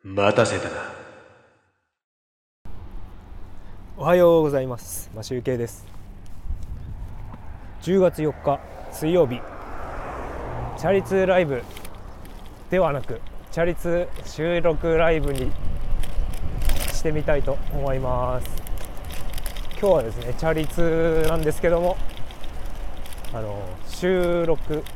待たせたな。 おはようございます。マシュウケイです。10月4日水曜日、チャリ通ライブではなくチャリ通収録ライブにしてみたいと思います。今日はですねチャリ通なんですけども、収録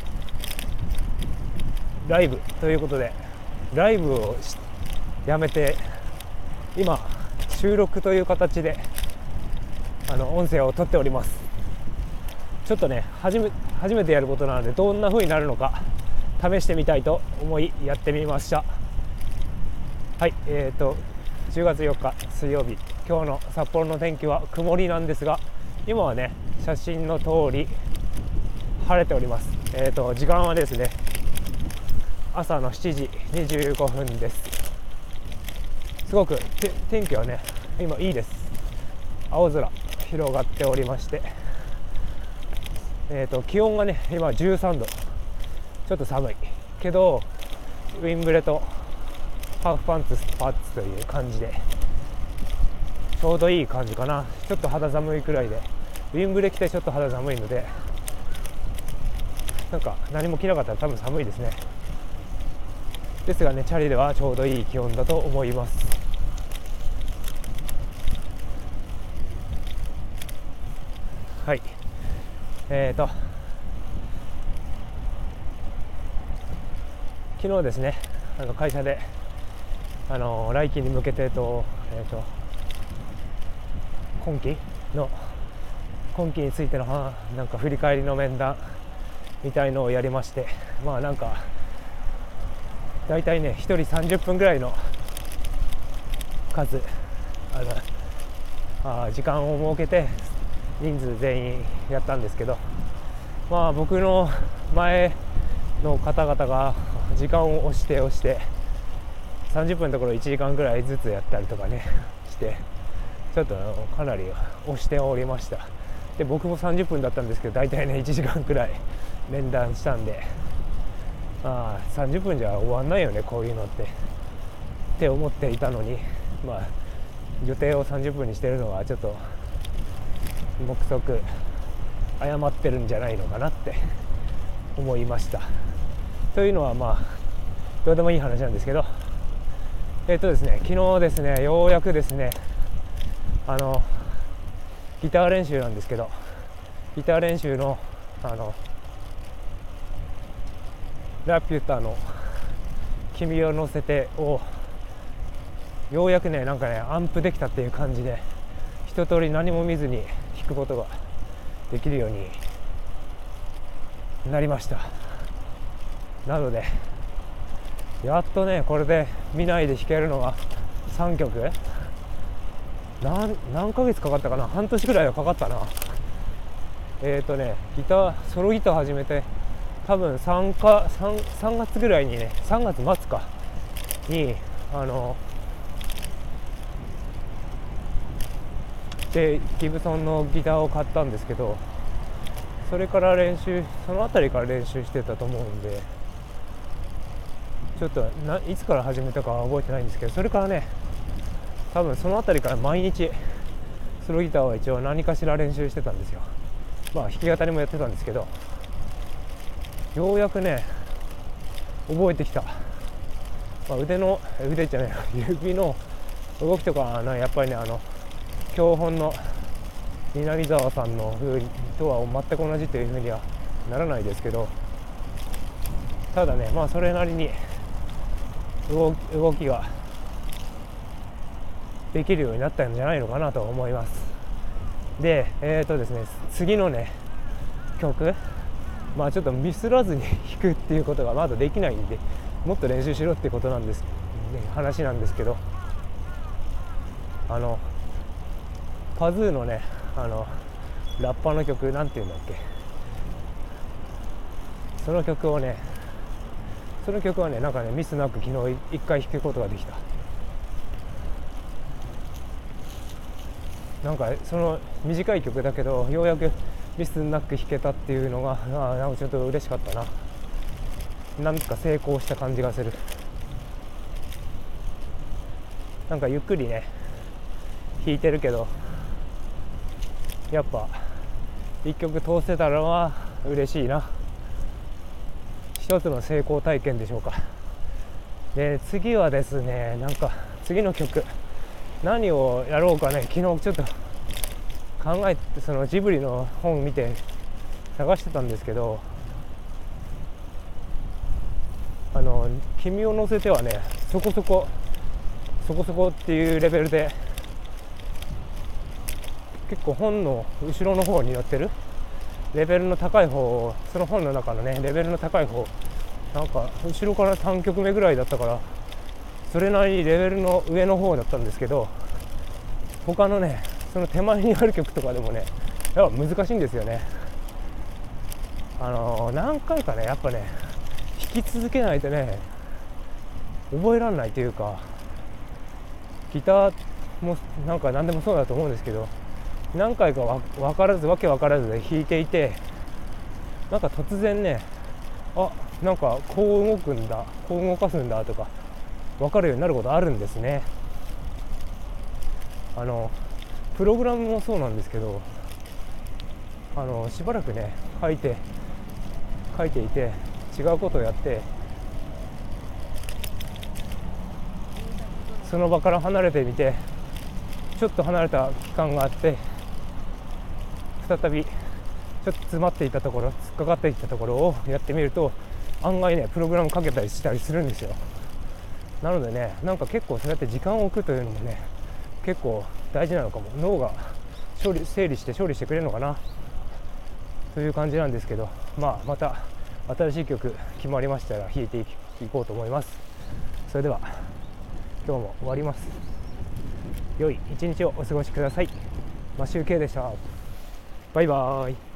ライブということで、ライブをやめて今収録という形で音声を撮っております。ちょっとね初めてやることなので、どんな風になるのか試してみたいと思いやってみました。はい、10月4日水曜日、今日の札幌の天気は曇りなんですが、今はね写真の通り晴れております。時間はですね朝の7時25分です。すごく天気はね今いいです。青空広がっておりまして、気温がね今13度、ちょっと寒いけどウィンブレとハーフパンツスパッツという感じでちょうどいい感じかな。ちょっと肌寒いくらいで、ウィンブレ着てちょっと肌寒いので、なんか何も着なかったら多分寒いですね。ですがね、チャリではちょうどいい気温だと思います。はい、昨日ですね会社で来期に向けて今期についてのなんか振り返りの面談みたいのをやりまして、まあなんかだいたいね1人30分ぐらいの数時間を設けて人数全員やったんですけど、まあ僕の前の方々が時間を押して30分のところ1時間ぐらいずつやったりとかねして、ちょっとかなり押しておりました。で僕も30分だったんですけど、だいたいね1時間くらい面談したんで、30分じゃ終わんないよねこういうのって思っていたのに、まあ予定を30分にしてるのはちょっと目測誤ってるんじゃないのかなって思いました。というのはまあどうでもいい話なんですけど、ですね昨日ですねようやくですねギター練習なんですけど、ギター練習のラピュタの君を乗せてをようやくねなんかねアンプできたっていう感じで、一通り何も見ずに弾くことができるようになりました。なのでやっとねこれで見ないで弾けるのが3曲、何ヶ月かかったかな、半年くらいはかかったな。ソロギター始めて多分3月ぐらいにね、3月末かにでギブソンのギターを買ったんですけど、そのあたりから練習してたと思うんで、ちょっといつから始めたかは覚えてないんですけど、それからね多分そのあたりから毎日ソロギターは一応何かしら練習してたんですよ。まあ弾き語りもやってたんですけど、ようやくね覚えてきた。指の動きとかやっぱりね教本の南沢さんの風とは全く同じという風にはならないですけど、ただねまあそれなりに動きができるようになったんじゃないのかなと思います。でですね次のね曲、まあちょっとミスらずに弾くっていうことがまだできないんで、もっと練習しろってことなんです、ね、話なんですけど、パズーのねラッパーの曲なんていうんだっけ、その曲はねなんかねミスなく昨日一回弾くことができた。なんかその短い曲だけどようやくミスなく弾けたっていうのがなんかちょっと嬉しかったな。なんか成功した感じがする。 なんかゆっくりね弾いてるけど、やっぱ一曲通せたのは嬉しいな。一つの成功体験でしょうか。で次はですね、なんか次の曲何をやろうかね、昨日ちょっと考えて、そのジブリの本見て探してたんですけど、君を乗せてはね、そこそこっていうレベルで結構本の後ろの方に載ってるレベルの高い方、その本の中のねレベルの高い方、なんか後ろから3曲目ぐらいだったから、それなりにレベルの上の方だったんですけど、他のねその手前にある曲とかでもねやっぱ難しいんですよね。何回かねやっぱね弾き続けないとね覚えられないというか、ギターもなんか何でもそうだと思うんですけど、何回かわけわからずで弾いていて、なんか突然ね、あ、なんかこう動くんだ、こう動かすんだとか分かるようになることあるんですね。プログラムもそうなんですけど、しばらくね書いていて違うことをやって、その場から離れてみて、ちょっと離れた期間があって再びちょっと詰まっていたところ、突っかかっていたところをやってみると案外ねプログラムかけたりしたりするんですよ。なのでね、なんか結構そうやって時間を置くというのもね結構大事なのかも。脳が整理して処理してくれるのかなという感じなんですけど、また新しい曲決まりましたら弾いていこうと思います。それでは今日も終わります。良い一日をお過ごしください。マシュウケイでした。バイバーイ。